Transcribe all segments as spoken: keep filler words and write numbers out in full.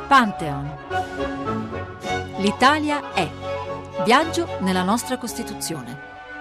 Pantheon. L'Italia è. Viaggio nella nostra Costituzione.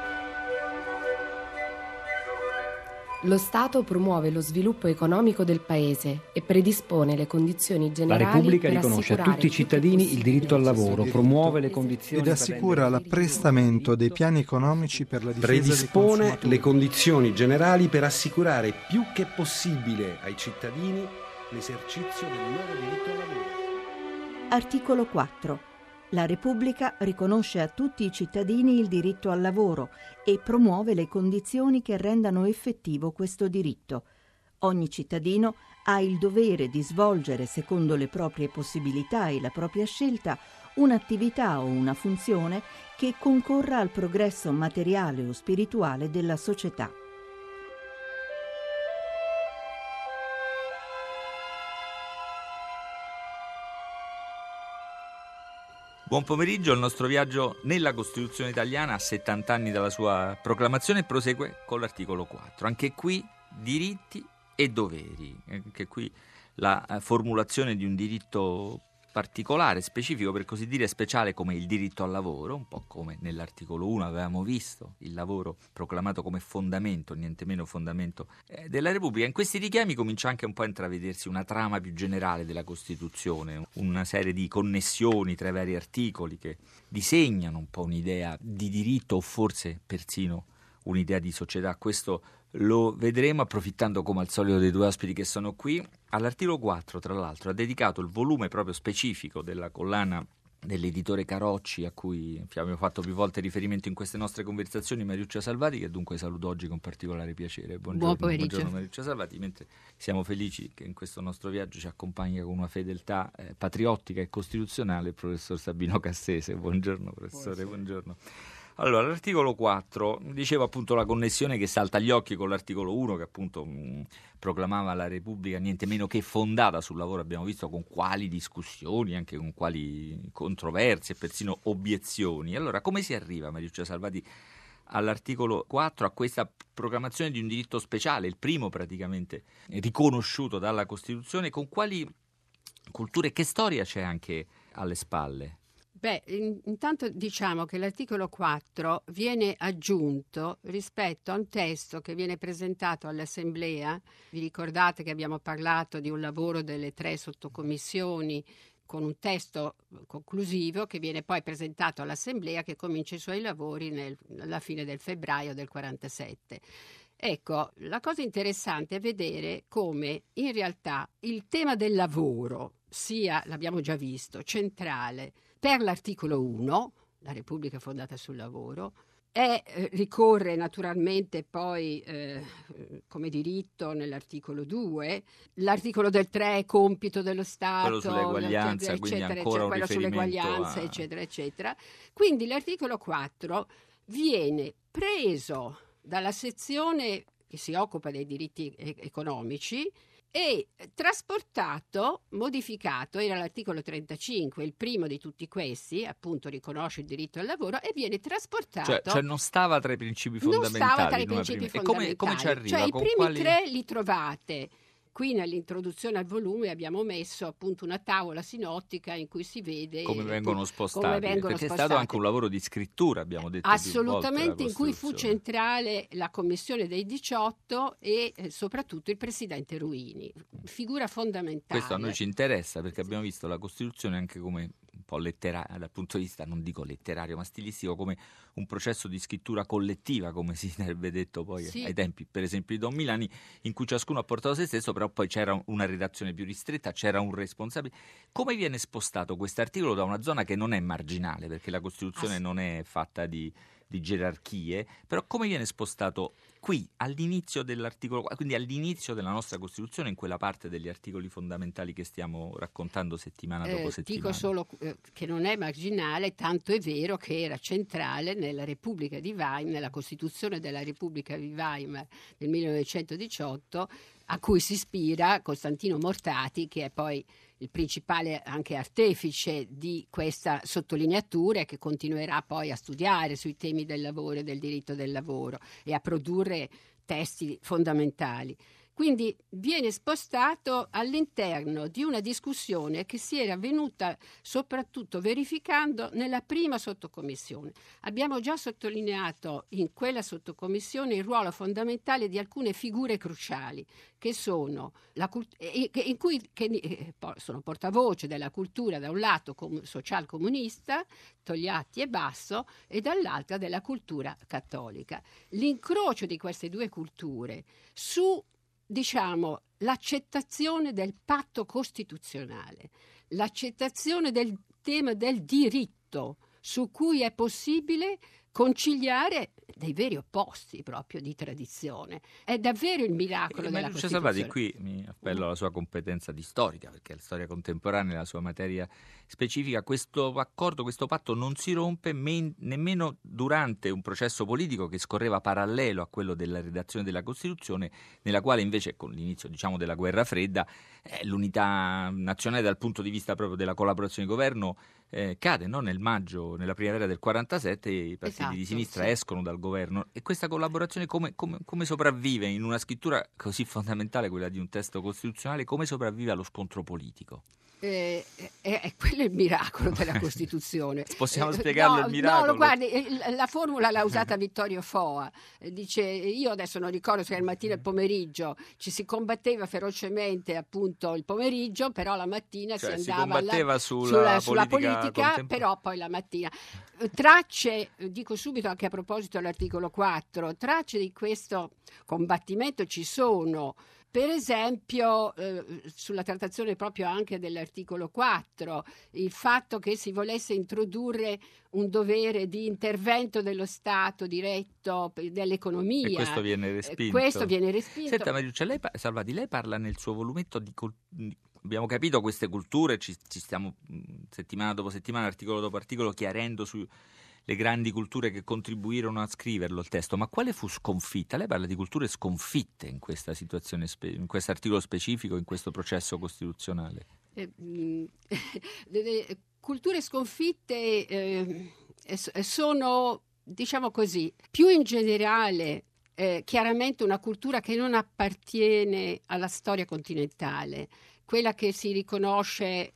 Lo Stato promuove lo sviluppo economico del Paese e predispone le condizioni generali. La Repubblica per riconosce a tutti i cittadini il diritto al lavoro, promuove le condizioni ed assicura l'apprestamento dei piani economici per la difesa dei consumatori. Predispone le condizioni generali per assicurare più che possibile ai cittadini l'esercizio del loro diritto al lavoro. Articolo quattro. La Repubblica riconosce a tutti i cittadini il diritto al lavoro e promuove le condizioni che rendano effettivo questo diritto. Ogni cittadino ha il dovere di svolgere, secondo le proprie possibilità e la propria scelta, un'attività o una funzione che concorra al progresso materiale o spirituale della società. Buon pomeriggio, il nostro viaggio nella Costituzione italiana a settanta anni dalla sua proclamazione prosegue con l'articolo quattro. Anche qui diritti e doveri, anche qui la formulazione di un diritto particolare, specifico, per così dire speciale, come il diritto al lavoro, un po' come nell'articolo uno avevamo visto il lavoro proclamato come fondamento, niente meno fondamento eh, della Repubblica. In questi richiami comincia anche un po' a intravedersi una trama più generale della Costituzione, una serie di connessioni tra i vari articoli che disegnano un po' un'idea di diritto o forse persino un'idea di società. Questo lo vedremo approfittando come al solito dei due ospiti che sono qui. All'articolo quattro, tra l'altro, ha dedicato il volume proprio specifico della collana dell'editore Carocci, a cui abbiamo fatto più volte riferimento in queste nostre conversazioni, Mariuccia Salvati, che dunque saluto oggi con particolare piacere. Buongiorno, Buon pomeriggio. Buongiorno Mariuccia Salvati, mentre siamo felici che in questo nostro viaggio ci accompagna con una fedeltà eh, patriottica e costituzionale il professor Sabino Cassese. Buongiorno professore, buongiorno. buongiorno. Allora, l'articolo quattro, dicevo appunto la connessione che salta agli occhi con l'articolo uno, che appunto mh, proclamava la Repubblica niente meno che fondata sul lavoro. Abbiamo visto con quali discussioni, anche con quali controversie, persino obiezioni. Allora, come si arriva, Mariuccia Salvati, all'articolo quattro, a questa proclamazione di un diritto speciale, il primo praticamente riconosciuto dalla Costituzione? Con quali culture, che storia c'è anche alle spalle? Beh, in, intanto diciamo che l'articolo quattro viene aggiunto rispetto a un testo che viene presentato all'Assemblea. Vi ricordate che abbiamo parlato di un lavoro delle tre sottocommissioni con un testo conclusivo che viene poi presentato all'Assemblea, che comincia i suoi lavori nel, alla fine del febbraio del quarantasette. Ecco, la cosa interessante è vedere come in realtà il tema del lavoro sia, l'abbiamo già visto, centrale per l'articolo uno, la Repubblica fondata sul lavoro, e eh, ricorre naturalmente poi eh, come diritto nell'articolo due, l'articolo del tre è compito dello Stato, quello sull'eguaglianza, eccetera, quindi eccetera, ancora un quello sull'eguaglianza, a... eccetera, eccetera. Quindi l'articolo quattro viene preso dalla sezione che si occupa dei diritti e- economici e trasportato, modificato, era l'articolo trentacinque, il primo di tutti questi, appunto riconosce il diritto al lavoro, e viene trasportato. Cioè, cioè non stava tra i principi fondamentali. Non stava tra i principi prima... fondamentali. E come, come ci arriva? Cioè Con i primi quali... tre li trovate. Qui nell'introduzione al volume abbiamo messo appunto una tavola sinottica in cui si vede come vengono tu, spostati, come vengono perché spostati. è stato anche un lavoro di scrittura, abbiamo detto assolutamente, più volte, in cui fu centrale la commissione dei diciotto e eh, soprattutto il presidente Ruini, figura fondamentale. Questo a noi ci interessa perché abbiamo visto la Costituzione anche come un po' letterario, dal punto di vista non dico letterario ma stilistico, come un processo di scrittura collettiva, come si sarebbe detto poi sì. ai tempi per esempio di Don Milani, in cui ciascuno ha portato se stesso, però poi c'era una redazione più ristretta, c'era un responsabile. Come viene spostato quest'articolo da una zona che non è marginale, perché la Costituzione Ass- non è fatta di, di gerarchie, però come viene spostato qui all'inizio dell'articolo, quindi all'inizio della nostra Costituzione, in quella parte degli articoli fondamentali che stiamo raccontando settimana dopo eh, settimana? Dico solo eh, che non è marginale, tanto è vero che era centrale nella Repubblica di Weimar, nella Costituzione della Repubblica di Weimar del millenovecentodiciotto, a cui si ispira Costantino Mortati, che è poi il principale anche artefice di questa sottolineatura e che continuerà poi a studiare sui temi del lavoro e del diritto del lavoro e a produrre testi fondamentali. Quindi viene spostato all'interno di una discussione che si era venuta soprattutto verificando nella prima sottocommissione. Abbiamo già sottolineato in quella sottocommissione il ruolo fondamentale di alcune figure cruciali, che sono la cult- in cui che sono portavoce della cultura da un lato com- social-comunista, Togliatti e Basso, e dall'altra della cultura cattolica. L'incrocio di queste due culture su, diciamo, l'accettazione del patto costituzionale, l'accettazione del tema del diritto, su cui è possibile conciliare dei veri opposti proprio di tradizione. È davvero il miracolo eh, della Lucia Costituzione. Salvati, qui mi appello alla sua competenza di storica, perché la storia contemporanea è la sua materia specifica. Questo accordo, questo patto non si rompe men- nemmeno durante un processo politico che scorreva parallelo a quello della redazione della Costituzione, nella quale invece, con l'inizio, diciamo, della guerra fredda, eh, l'unità nazionale dal punto di vista proprio della collaborazione di governo eh, cade, no? Nel maggio, nella primavera del quarantasette, i partiti Esatto, di sinistra sì. escono dal governo, e questa collaborazione come, come, come sopravvive in una scrittura così fondamentale, quella di un testo costituzionale, come sopravvive allo scontro politico? Eh, eh, eh, quello è il miracolo della Costituzione. Possiamo Eh, spiegarlo no, il miracolo? No, lo guardi, eh, la formula l'ha usata Vittorio Foa. Eh, Dice, io adesso non ricordo se era il mattino o il pomeriggio, ci si combatteva ferocemente appunto il pomeriggio, però la mattina Cioè, si si andava combatteva alla- sulla sulla, sulla politica politica, contempor- però poi la mattina. Eh, Tracce, eh, dico subito anche a proposito dell'articolo quattro, tracce di questo combattimento ci sono. Per esempio, eh, sulla trattazione proprio anche dell'articolo quattro, il fatto che si volesse introdurre un dovere di intervento dello Stato diretto per- dell'economia. E questo viene Eh, respinto. questo viene respinto. Senta Mariuccia, lei, pa- Salvati, lei parla nel suo volumetto di... col- abbiamo capito queste culture, ci, ci stiamo mh, settimana dopo settimana, articolo dopo articolo, chiarendo su le grandi culture che contribuirono a scriverlo il testo, ma quale fu sconfitta? Lei parla di culture sconfitte in questa situazione, spe- in questo articolo specifico, in questo processo costituzionale. Eh, mh, delle culture sconfitte eh, eh, sono, diciamo così, più in generale eh, chiaramente una cultura che non appartiene alla storia continentale, quella che si riconosce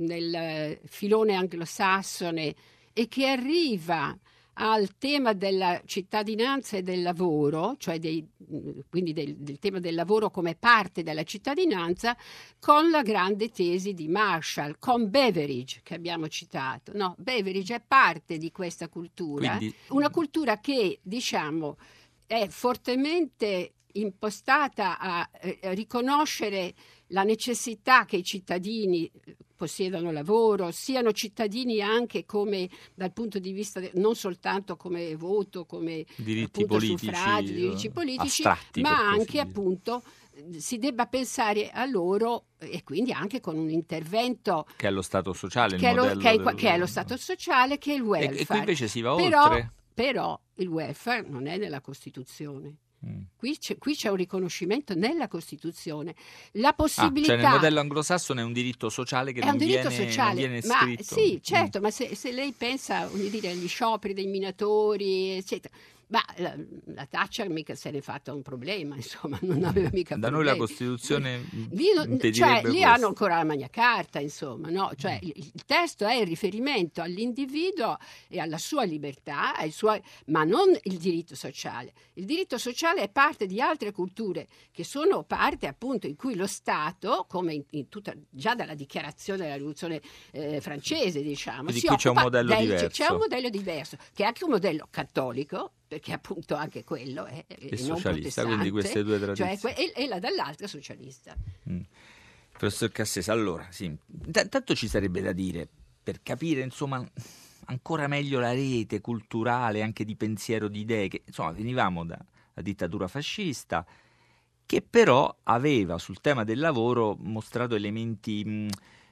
nel filone anglosassone e che arriva al tema della cittadinanza e del lavoro, cioè dei, quindi del, del tema del lavoro come parte della cittadinanza, con la grande tesi di Marshall, con Beveridge che abbiamo citato. No, Beveridge è parte di questa cultura, Quindi- una cultura che, diciamo, è fortemente impostata a eh, riconoscere la necessità che i cittadini possiedano lavoro, siano cittadini anche come dal punto di vista de- non soltanto come voto, come Diritti appunto politici, suffragi, eh, diritti politici, astratti, ma per così anche dire. appunto eh, si debba pensare a loro e quindi anche con un intervento Che è lo Stato sociale, il che è, lo, modello che, è, del- che è lo Stato sociale, che è il welfare. E, e qui invece si va però, oltre. però il welfare non è nella Costituzione. Mm. Qui c'è, qui c'è un riconoscimento nella Costituzione. La Ah, possibilità... cioè nel modello anglosassone è un diritto sociale che è non, un diritto viene, sociale, non viene ma scritto. sì, certo, Mm. ma se, se lei pensa, voglio dire, agli scioperi dei minatori, eccetera, ma la, la Thatcher mica se ne è fatta un problema, insomma, non aveva mica Da noi problemi. la Costituzione Lì, non- impedirebbe cioè, lì questo. hanno ancora la Magna Carta, insomma, no? Cioè, il, il testo è il riferimento all'individuo e alla sua libertà, ai suoi, ma non il diritto sociale. Il diritto sociale è parte di altre culture che sono parte appunto in cui lo Stato, come in, in tutta, già dalla dichiarazione della rivoluzione eh, francese, diciamo, Quindi si qui c'è un occupa modello del- diverso. C'è un modello diverso, che è anche un modello cattolico, perché appunto anche quello è, è E non socialista, quindi protestante, queste due cioè, tradizioni. que- e, e la dall'altra socialista. Mm. Professor Cassese, allora, sì, t- tanto ci sarebbe da dire per capire, insomma, ancora meglio la rete culturale, anche di pensiero, di idee, che insomma venivamo dalla dittatura fascista, che però aveva sul tema del lavoro mostrato elementi mh,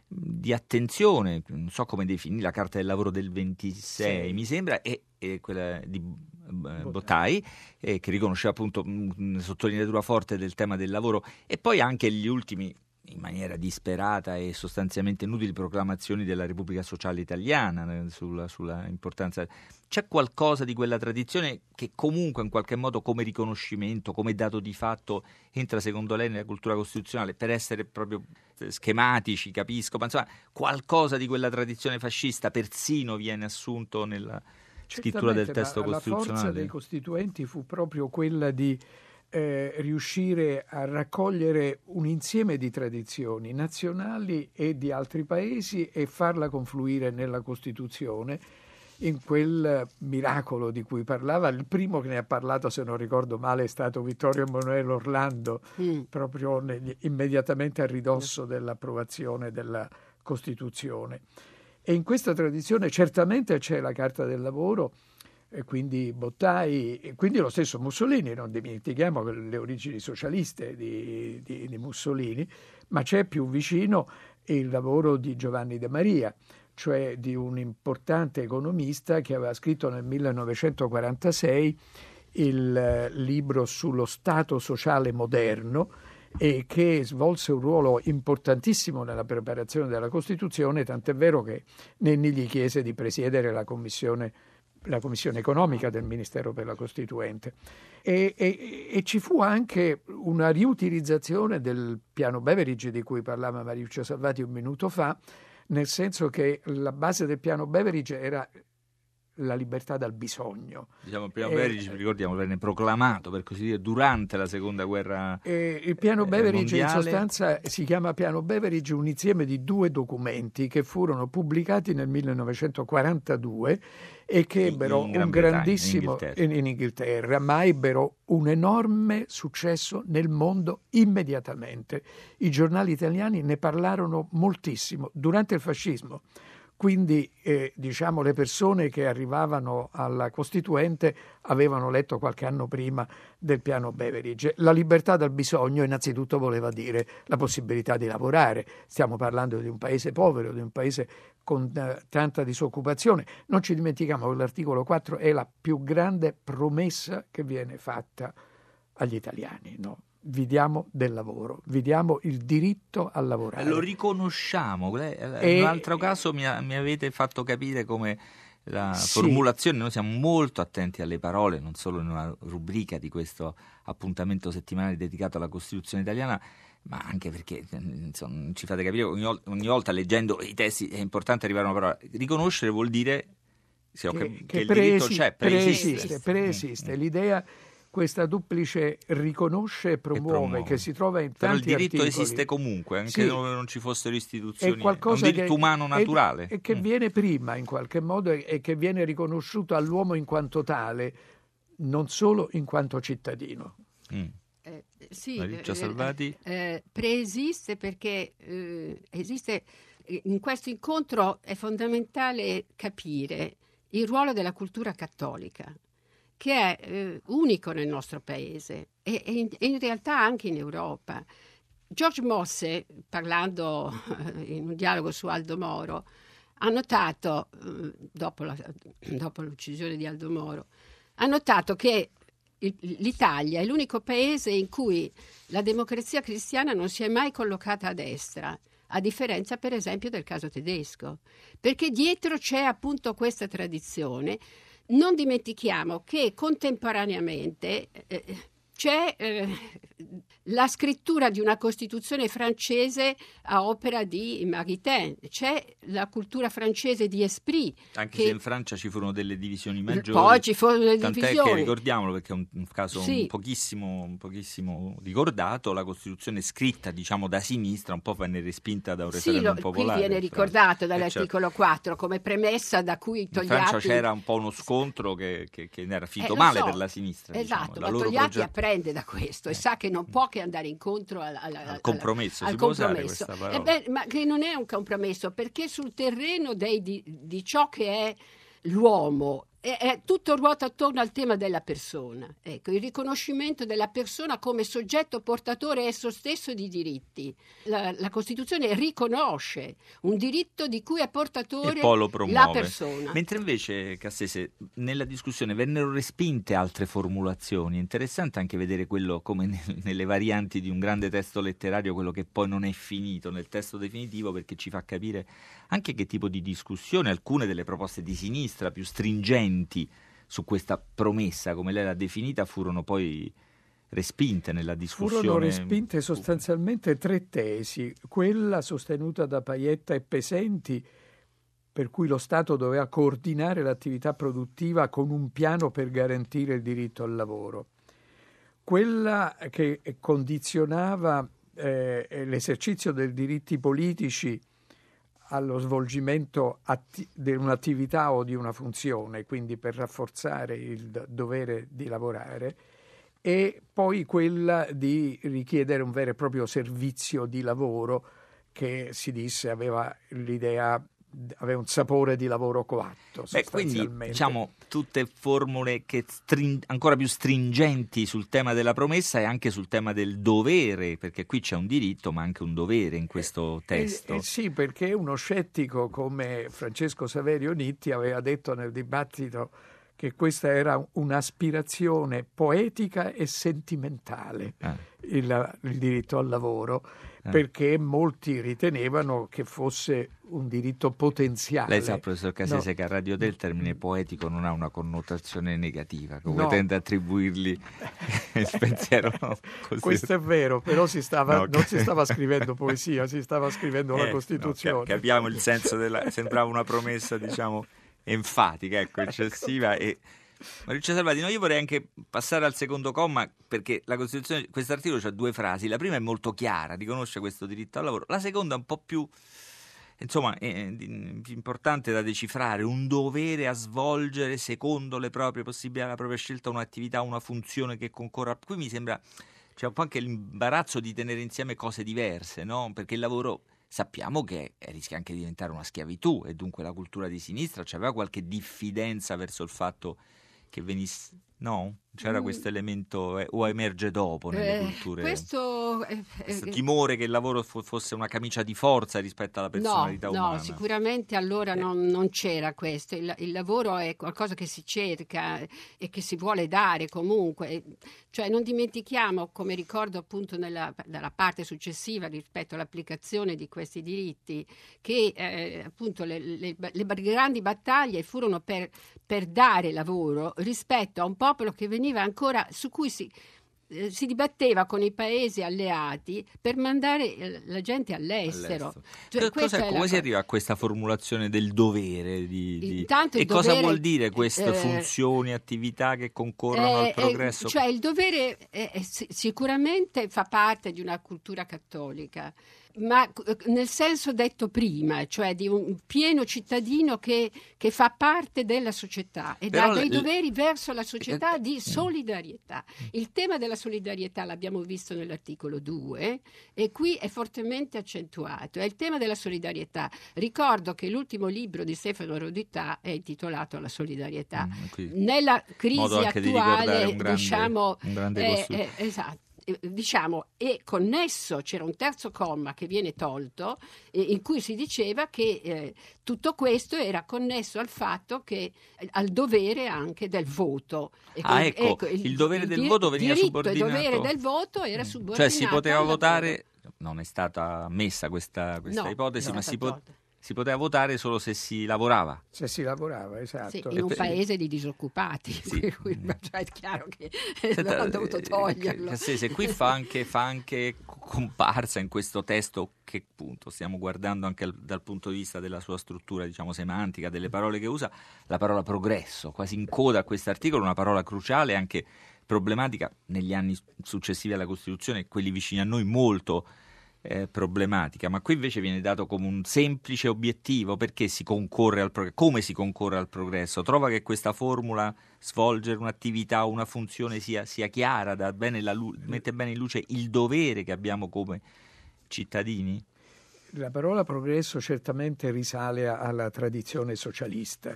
di attenzione, non so come definire, la Carta del Lavoro del ventisei, Sì. mi sembra, e, e quella di eh, Bottai, eh, che riconosceva appunto mh, una sottolineatura forte del tema del lavoro, e poi anche gli ultimi in maniera disperata e sostanzialmente inutili proclamazioni della Repubblica Sociale Italiana eh, sulla, sulla importanza. C'è qualcosa di quella tradizione che comunque in qualche modo come riconoscimento, come dato di fatto entra secondo lei nella cultura costituzionale, per essere proprio schematici, capisco, ma insomma qualcosa di quella tradizione fascista persino viene assunto nella scrittura del testo costituzionale? La forza dei costituenti fu proprio quella di Eh, riuscire a raccogliere un insieme di tradizioni nazionali e di altri paesi e farla confluire nella Costituzione, in quel miracolo di cui parlava. Il primo che ne ha parlato, se non ricordo male, è stato Vittorio Emanuele Orlando, mm. proprio negli, immediatamente a ridosso dell'approvazione della Costituzione. E in questa tradizione certamente c'è la Carta del Lavoro, e quindi Bottai, e quindi lo stesso Mussolini, non dimentichiamo le origini socialiste di, di, di Mussolini, ma c'è più vicino il lavoro di Giovanni De Maria, cioè di un importante economista che aveva scritto nel millenovecentoquarantasei il libro sullo Stato sociale moderno e che svolse un ruolo importantissimo nella preparazione della Costituzione, tant'è vero che Nenni gli chiese di presiedere la commissione la commissione economica del Ministero per la Costituente e, e, e ci fu anche una riutilizzazione del piano Beveridge di cui parlava Mariuccia Salvati un minuto fa, nel senso che la base del piano Beveridge era la libertà dal bisogno. Diciamo, il piano Beveridge, ricordiamo, venne proclamato, per così dire, durante la seconda guerra eh, il piano Beveridge mondiale. In sostanza si chiama piano Beveridge, un insieme di due documenti che furono pubblicati nel millenovecentoquarantadue e che ebbero in un grandissimo in Inghilterra. In, in Inghilterra, ma ebbero un enorme successo nel mondo immediatamente. I giornali italiani ne parlarono moltissimo durante il fascismo. Quindi eh, diciamo le persone che arrivavano alla Costituente avevano letto qualche anno prima del piano Beveridge. La libertà dal bisogno innanzitutto voleva dire la possibilità di lavorare. Stiamo parlando di un paese povero, di un paese con eh, tanta disoccupazione. Non ci dimentichiamo che l'articolo quattro è la più grande promessa che viene fatta agli italiani, no? Vi diamo del lavoro, vi diamo il diritto a lavorare. Lo riconosciamo. In e, un altro caso mi, mi avete fatto capire come la sì. formulazione, noi siamo molto attenti alle parole, non solo in una rubrica di questo appuntamento settimanale dedicato alla Costituzione italiana, ma anche perché insomma, ci fate capire ogni, ogni volta leggendo i testi è importante arrivare a una parola. Riconoscere vuol dire se ho che, che, che, che il preesi, diritto c'è, preesiste. preesiste, preesiste. Mm. L'idea, questa duplice riconosce e promuove, e promuove, che si trova in tanti articoli. Però il diritto articoli. Esiste comunque, anche sì. dove non ci fossero istituzioni. È qualcosa è un diritto che, umano naturale. E, e che mm. viene prima in qualche modo e, e che viene riconosciuto all'uomo in quanto tale, non solo in quanto cittadino. Mm. Eh, sì, Mariuccia eh, Salvati? Eh, preesiste perché eh, esiste, in questo incontro è fondamentale capire il ruolo della cultura cattolica, che è eh, unico nel nostro paese e, e, in, e in realtà anche in Europa. George Mosse, parlando eh, in un dialogo su Aldo Moro, ha notato, eh, dopo, la, dopo l'uccisione di Aldo Moro, ha notato che il, l'Italia è l'unico paese in cui la democrazia cristiana non si è mai collocata a destra, a differenza per esempio del caso tedesco, perché dietro c'è appunto questa tradizione. Non dimentichiamo che contemporaneamente eh, c'è eh, la scrittura di una Costituzione francese a opera di Maritain, c'è la cultura francese di Esprit. Anche che... se in Francia ci furono delle divisioni maggiori. Poi ci furono delle tant'è divisioni. Che ricordiamolo perché è un, un caso sì. un, pochissimo, un pochissimo ricordato, la Costituzione scritta diciamo da sinistra un po' venne respinta da un referendum sì, lo, popolare. Qui viene ricordato eh, dall'articolo certo. quattro come premessa da cui Togliatti... In Francia c'era un po' uno scontro che, che, che era finito eh, male so. per la sinistra. Esatto, diciamo. La ma loro Togliatti progetto... apprende da questo eh. e sa che non può che andare incontro al, al, al compromesso. Al, si al può usare compromesso. questa parola? Eh beh, ma che non è un compromesso, perché sul terreno dei, di, di ciò che è l'uomo è, è, tutto ruota attorno al tema della persona, ecco, il riconoscimento della persona come soggetto portatore esso stesso di diritti. La, la Costituzione riconosce un diritto di cui è portatore la persona. Mentre invece, Cassese, nella discussione vennero respinte altre formulazioni. Interessante anche vedere quello come nel, nelle varianti di un grande testo letterario, quello che poi non è finito nel testo definitivo, perché ci fa capire anche che tipo di discussione alcune delle proposte di sinistra più stringenti su questa promessa, come lei l'ha definita, furono poi respinte nella discussione. Furono respinte sostanzialmente tre tesi: quella sostenuta da Pajetta e Pesenti, per cui lo Stato doveva coordinare l'attività produttiva con un piano per garantire il diritto al lavoro; quella che condizionava eh, l'esercizio dei diritti politici allo svolgimento atti- di un'attività o di una funzione, quindi per rafforzare il d- dovere di lavorare, e poi quella di richiedere un vero e proprio servizio di lavoro che si disse aveva l'idea aveva un sapore di lavoro coatto. Beh, quindi diciamo tutte formule che string- ancora più stringenti sul tema della promessa e anche sul tema del dovere, perché qui c'è un diritto ma anche un dovere in questo testo. Eh, eh, sì, perché uno scettico come Francesco Saverio Nitti aveva detto nel dibattito che questa era un'aspirazione poetica e sentimentale, eh. il, il diritto al lavoro, eh. perché molti ritenevano che fosse un diritto potenziale. Lei sa, professor Cassese, no. che a Radio Del il termine poetico non ha una connotazione negativa, come no. tende a attribuirgli il pensiero. Così. Questo è vero, però si stava, no, non si stava scrivendo poesia, si stava scrivendo eh, la Costituzione. No, capiamo il senso della... sembrava una promessa, diciamo, enfatica, ecco, eccessiva. E Maurizio Salvati, no, io vorrei anche passare al secondo comma, perché la Costituzione, questo articolo c'ha due frasi. La prima è molto chiara, riconosce questo diritto al lavoro. La seconda è un po' più, insomma, è più importante da decifrare: un dovere a svolgere secondo le proprie possibilità, la propria scelta, un'attività, una funzione che concorra. Qui mi sembra c'è un po' anche l'imbarazzo di tenere insieme cose diverse, no? Perché il lavoro sappiamo che rischia anche di diventare una schiavitù, e dunque la cultura di sinistra c'aveva qualche diffidenza verso il fatto che venisse... No? C'era mm. questo elemento, eh, o emerge dopo nelle eh, culture? Questo, eh, questo eh, timore che il lavoro fo- fosse una camicia di forza rispetto alla personalità no, umana. No, sicuramente allora eh. non, non c'era questo. Il, il lavoro è qualcosa che si cerca e che si vuole dare comunque. Cioè non dimentichiamo, come ricordo appunto nella, nella parte successiva rispetto all'applicazione di questi diritti, che eh, appunto le, le, le grandi battaglie furono per, per dare lavoro rispetto a un popolo che veniva ancora, su cui si, eh, si dibatteva con i paesi alleati per mandare la gente all'estero. all'estero. Cioè, cosa, come la... si arriva a questa formulazione del dovere? Di, di... Intanto e il cosa dovere, vuol dire queste eh, funzioni, attività che concorrono eh, al progresso? Eh, cioè il dovere eh, sicuramente fa parte di una cultura cattolica, ma nel senso detto prima, cioè di un pieno cittadino che, che fa parte della società e Però dà dei l- doveri verso la società l- di solidarietà. Il tema della solidarietà l'abbiamo visto nell'articolo due e qui è fortemente accentuato. È il tema della solidarietà. Ricordo che l'ultimo libro di Stefano Rodità è intitolato La solidarietà. Mm, Nella crisi attuale, di un grande, diciamo, un grande eh, eh, esatto. Diciamo, e connesso c'era un terzo comma che viene tolto, eh, in cui si diceva che eh, tutto questo era connesso al fatto che eh, al dovere anche del voto. E ah, quindi, ecco, ecco il, il dovere del il voto veniva diritto subordinato. Il dovere del voto era subordinato. Cioè si poteva votare, lavoro. Non è stata ammessa questa, questa no, ipotesi, no, ma si, po- tolta. si poteva votare solo se si lavorava. Se si lavorava, esatto. Sì, in un paese di disoccupati, sì. Cui, cioè, è chiaro che Senta, hanno dovuto toglierlo. Se, se qui fa anche, fa anche comparsa in questo testo, che appunto stiamo guardando anche al, dal punto di vista della sua struttura, diciamo, semantica, delle parole che usa, la parola progresso, quasi in coda a quest'articolo, una parola cruciale, anche problematica negli anni successivi alla Costituzione, quelli vicini a noi molto Eh, problematica, ma qui invece viene dato come un semplice obiettivo. Perché si concorre al progresso? Come si concorre al progresso? Trova che questa formula, svolgere un'attività o una funzione, sia, sia chiara, dà bene la lu- mette bene in luce il dovere che abbiamo come cittadini? La parola progresso certamente risale alla tradizione socialista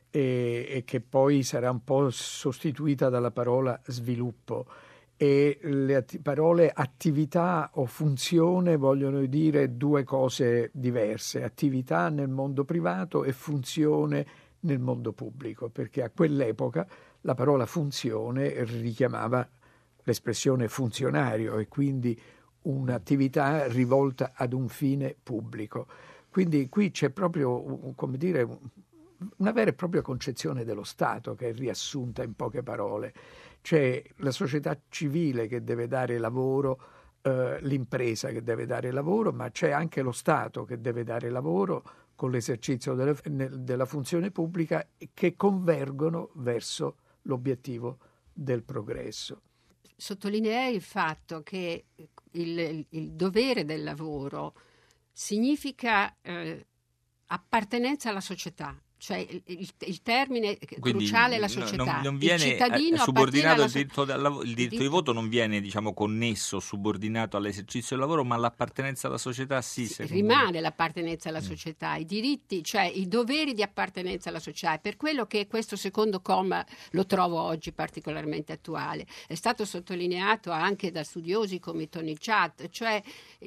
e, e che poi sarà un po' sostituita dalla parola sviluppo. E le atti- parole attività o funzione vogliono dire due cose diverse: attività nel mondo privato e funzione nel mondo pubblico, perché a quell'epoca la parola funzione richiamava l'espressione funzionario e quindi un'attività rivolta ad un fine pubblico. Quindi qui c'è proprio, come dire, una vera e propria concezione dello Stato che è riassunta in poche parole. C'è la società civile che deve dare lavoro, eh, l'impresa che deve dare lavoro, ma c'è anche lo Stato che deve dare lavoro con l'esercizio delle, della funzione pubblica, che convergono verso l'obiettivo del progresso. Sottolineerei il fatto che il, il dovere del lavoro significa eh, appartenenza alla società. Cioè il, il, il termine Quindi cruciale è la società. Non, non viene il cittadino subordinato al so- diritto, del, il diritto di voto non viene, diciamo, connesso, subordinato all'esercizio del lavoro, ma l'appartenenza alla società sì. Rimane me. l'appartenenza alla mm. società, i diritti, cioè i doveri di appartenenza alla società. È per quello che questo secondo comma lo trovo oggi particolarmente attuale. È stato sottolineato anche da studiosi come Tony Judd, cioè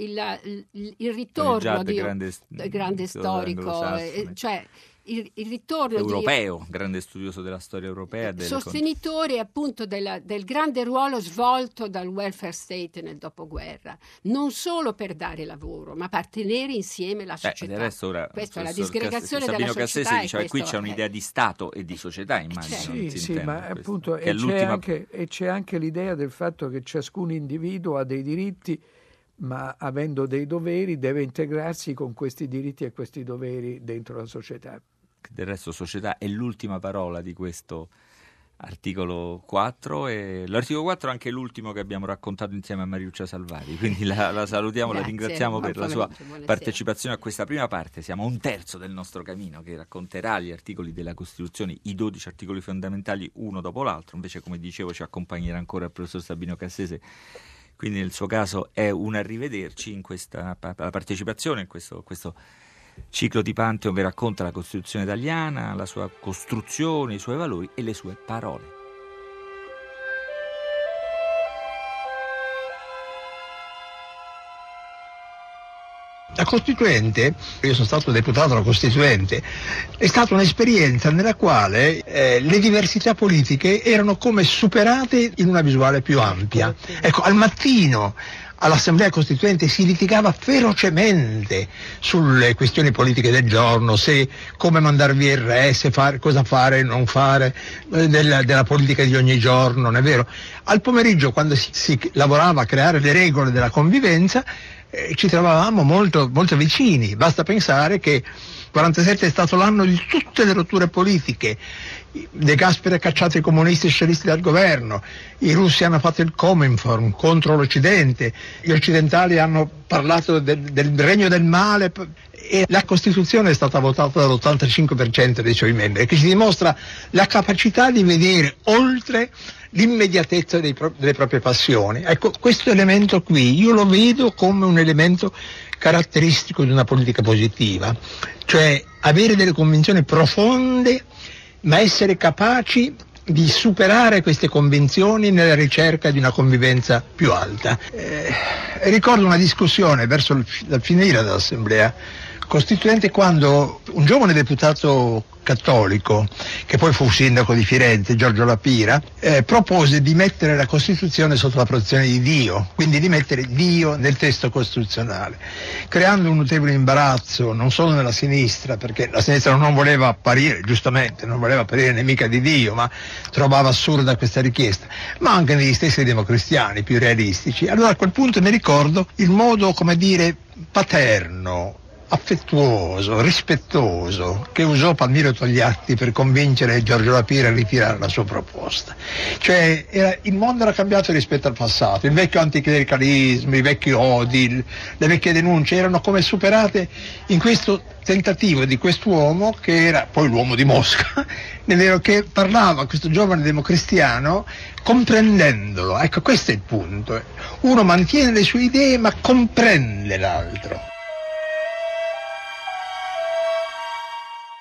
il, il, il ritorno Judd, di grande, grande storico, eh, cioè Il, il ritorno europeo, di, grande studioso della storia europea, sostenitore con... appunto della, del grande ruolo svolto dal welfare state nel dopoguerra, non solo per dare lavoro, ma per tenere insieme la società. Eh, del resto ora, questa è la disgregazione Sabino della Cassese società. diceva che qui c'è un'idea è... di Stato e di società, immagino. Sì, sì, ma questo, appunto che e, è c'è anche, e c'è anche l'idea del fatto che ciascun individuo ha dei diritti, ma avendo dei doveri deve integrarsi con questi diritti e questi doveri dentro la società. Del resto società è l'ultima parola di questo articolo quattro, e l'articolo quattro è anche l'ultimo che abbiamo raccontato insieme a Mariuccia Salvari, quindi la, la salutiamo, Grazie, la ringraziamo per la sua buonasera. partecipazione a questa prima parte. Siamo a un terzo del nostro cammino che racconterà gli articoli della Costituzione, i dodici articoli fondamentali uno dopo l'altro. Invece, come dicevo, ci accompagnerà ancora il professor Sabino Cassese, quindi nel suo caso è un arrivederci in questa la partecipazione in questo, questo ciclo di Pantheon vi racconta la Costituzione italiana, la sua costruzione, i suoi valori e le sue parole. La Costituente, io sono stato deputato alla Costituente, è stata un'esperienza nella quale eh, le diversità politiche erano come superate in una visuale più ampia. Ecco, al mattino all'Assemblea Costituente si litigava ferocemente sulle questioni politiche del giorno, se come mandare via il re, se fare, cosa fare, non fare, eh, della, della politica di ogni giorno, non è vero? Al pomeriggio, quando si, si lavorava a creare le regole della convivenza, eh, ci trovavamo molto, molto vicini. Basta pensare che quarantasette è stato l'anno di tutte le rotture politiche. De Gasperi ha cacciato i comunisti e socialisti dal governo, i russi hanno fatto il Cominform contro l'Occidente, gli occidentali hanno parlato del, del regno del male e la Costituzione è stata votata dall'ottantacinque per cento dei suoi membri, che ci dimostra la capacità di vedere oltre l'immediatezza dei pro- delle proprie passioni. Ecco, questo elemento qui io lo vedo come un elemento caratteristico di una politica positiva, cioè avere delle convinzioni profonde ma essere capaci di superare queste convinzioni nella ricerca di una convivenza più alta. Eh, ricordo una discussione verso il, la finire dell'Assemblea Costituente quando un giovane deputato cattolico, che poi fu sindaco di Firenze, Giorgio La Pira, eh, propose di mettere la Costituzione sotto la protezione di Dio, quindi di mettere Dio nel testo costituzionale, creando un notevole imbarazzo non solo nella sinistra, perché la sinistra non voleva apparire, giustamente, non voleva apparire nemica di Dio, ma trovava assurda questa richiesta, ma anche negli stessi democristiani più realistici. Allora a quel punto mi ricordo il modo, come dire, paterno, affettuoso, rispettoso che usò Palmiro Togliatti per convincere Giorgio La Pira a ritirare la sua proposta. Cioè era, il mondo era cambiato rispetto al passato, il vecchio anticlericalismo, i vecchi odi, le vecchie denunce erano come superate in questo tentativo di quest'uomo che era poi l'uomo di Mosca, è vero, che parlava questo giovane democristiano comprendendolo. Ecco, questo è il punto. Uno mantiene le sue idee ma comprende l'altro.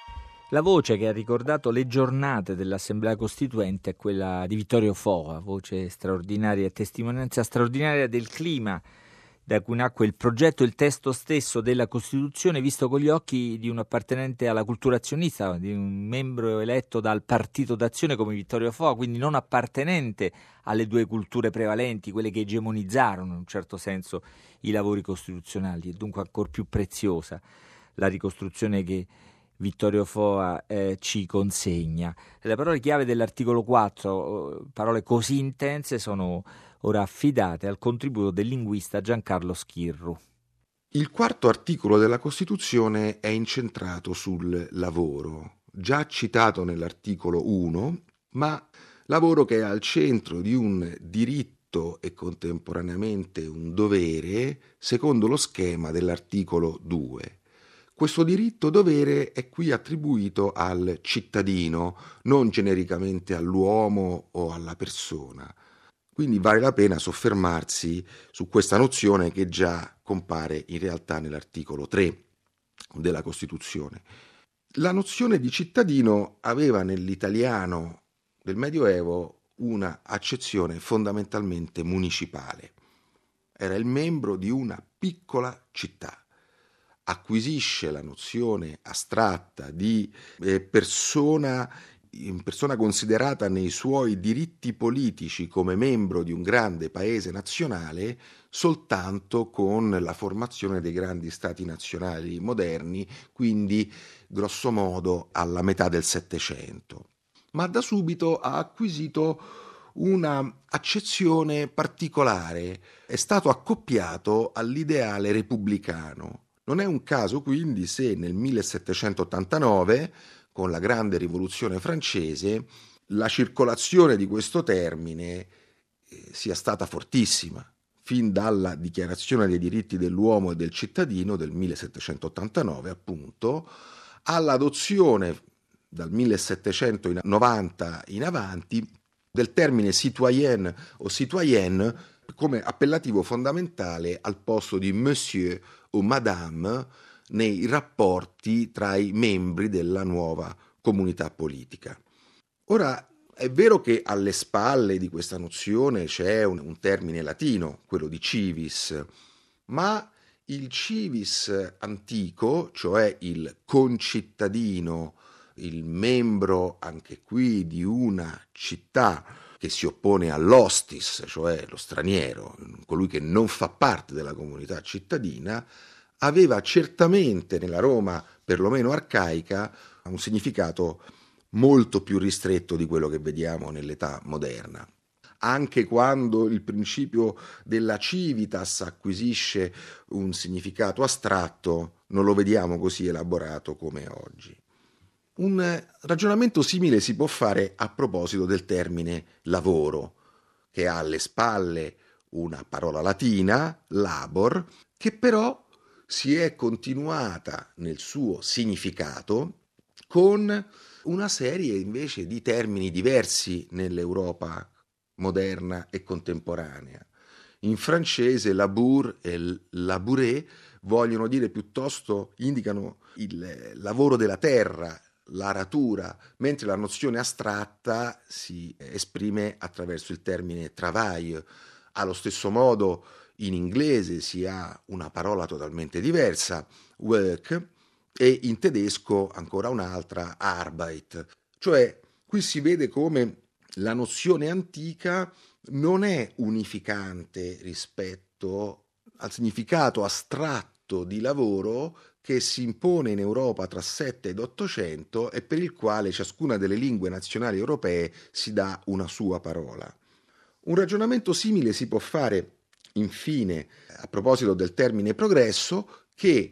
La voce che ha ricordato le giornate dell'Assemblea Costituente è quella di Vittorio Foa, voce straordinaria e testimonianza straordinaria del clima da cui nacque il progetto e il testo stesso della Costituzione, visto con gli occhi di un appartenente alla cultura azionista, di un membro eletto dal Partito d'Azione come Vittorio Foa, quindi non appartenente alle due culture prevalenti, quelle che egemonizzarono in un certo senso i lavori costituzionali, e dunque ancor più preziosa la ricostruzione che Vittorio Foa eh, ci consegna. Le parole chiave dell'articolo quattro, parole così intense, sono ora affidate al contributo del linguista Giancarlo Schirru. Il quarto articolo della Costituzione è incentrato sul lavoro, già citato nell'articolo uno, ma lavoro che è al centro di un diritto e contemporaneamente un dovere secondo lo schema dell'articolo due. Questo diritto-dovere è qui attribuito al cittadino, non genericamente all'uomo o alla persona. Quindi vale la pena soffermarsi su questa nozione che già compare in realtà nell'articolo tre della Costituzione. La nozione di cittadino aveva nell'italiano del Medioevo una accezione fondamentalmente municipale. Era il membro di una piccola città. Acquisisce la nozione astratta di eh, persona, persona considerata nei suoi diritti politici come membro di un grande paese nazionale soltanto con la formazione dei grandi stati nazionali moderni, quindi grosso modo alla metà del Settecento. Ma da subito ha acquisito una accezione particolare, è stato accoppiato all'ideale repubblicano. Non è un caso quindi se nel millesettecentottantanove, con la grande rivoluzione francese, la circolazione di questo termine eh, sia stata fortissima, fin dalla Dichiarazione dei diritti dell'uomo e del cittadino del millesettecentottantanove, appunto, all'adozione dal millesettecentonovanta in avanti del termine citoyen o citoyenne come appellativo fondamentale al posto di monsieur o madame nei rapporti tra i membri della nuova comunità politica. Ora, è vero che alle spalle di questa nozione c'è un, un termine latino, quello di civis, ma il civis antico, cioè il concittadino, il membro anche qui di una città che si oppone all'hostis, cioè lo straniero, colui che non fa parte della comunità cittadina, aveva certamente nella Roma, perlomeno arcaica, un significato molto più ristretto di quello che vediamo nell'età moderna. Anche quando il principio della civitas acquisisce un significato astratto, non lo vediamo così elaborato come oggi. Un ragionamento simile si può fare a proposito del termine lavoro, che ha alle spalle una parola latina, labor, che però si è continuata nel suo significato con una serie invece di termini diversi nell'Europa moderna e contemporanea. In francese labour e labouré vogliono dire piuttosto, indicano il lavoro della terra, l'aratura, mentre la nozione astratta si esprime attraverso il termine travail. Allo stesso modo in inglese si ha una parola totalmente diversa, work, e in tedesco ancora un'altra, Arbeit. Cioè qui si vede come la nozione antica non è unificante rispetto al significato astratto di lavoro che si impone in Europa tra sette ed ottocento e per il quale ciascuna delle lingue nazionali europee si dà una sua parola. Un ragionamento simile si può fare, infine, a proposito del termine progresso, che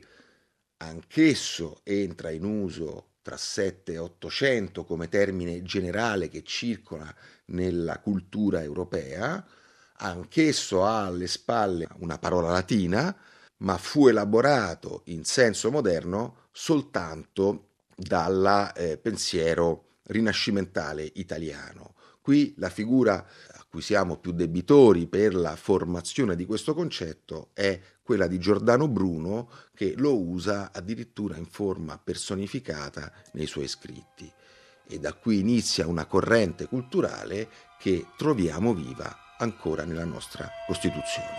anch'esso entra in uso tra sette e ottocento come termine generale che circola nella cultura europea, anch'esso ha alle spalle una parola latina, ma fu elaborato in senso moderno soltanto dal eh, pensiero rinascimentale italiano. Qui la figura a cui siamo più debitori per la formazione di questo concetto è quella di Giordano Bruno, che lo usa addirittura in forma personificata nei suoi scritti. E da qui inizia una corrente culturale che troviamo viva ancora nella nostra Costituzione.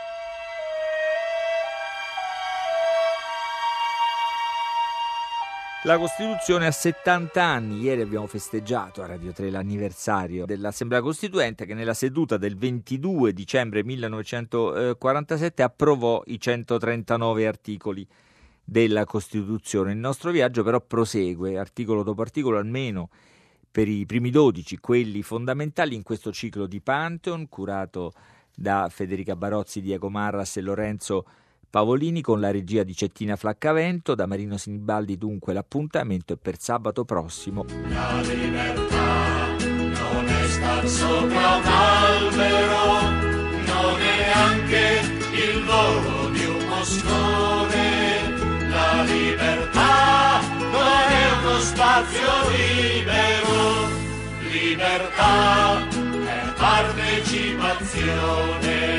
La Costituzione ha settanta anni. Ieri abbiamo festeggiato a Radio tre l'anniversario dell'Assemblea Costituente, che nella seduta del ventidue dicembre millenovecentoquarantasette approvò i centotrentanove articoli della Costituzione. Il nostro viaggio però prosegue, articolo dopo articolo, almeno per i primi dodici, quelli fondamentali, in questo ciclo di Pantheon, curato da Federica Barozzi, Diego Marras e Lorenzo Pavolini, con la regia di Cettina Flaccavento. Da Marino Sinibaldi dunque l'appuntamento è per sabato prossimo. La libertà non è star sopra un albero, non è neanche il volo di un moscone. La libertà non è uno spazio libero, libertà è partecipazione.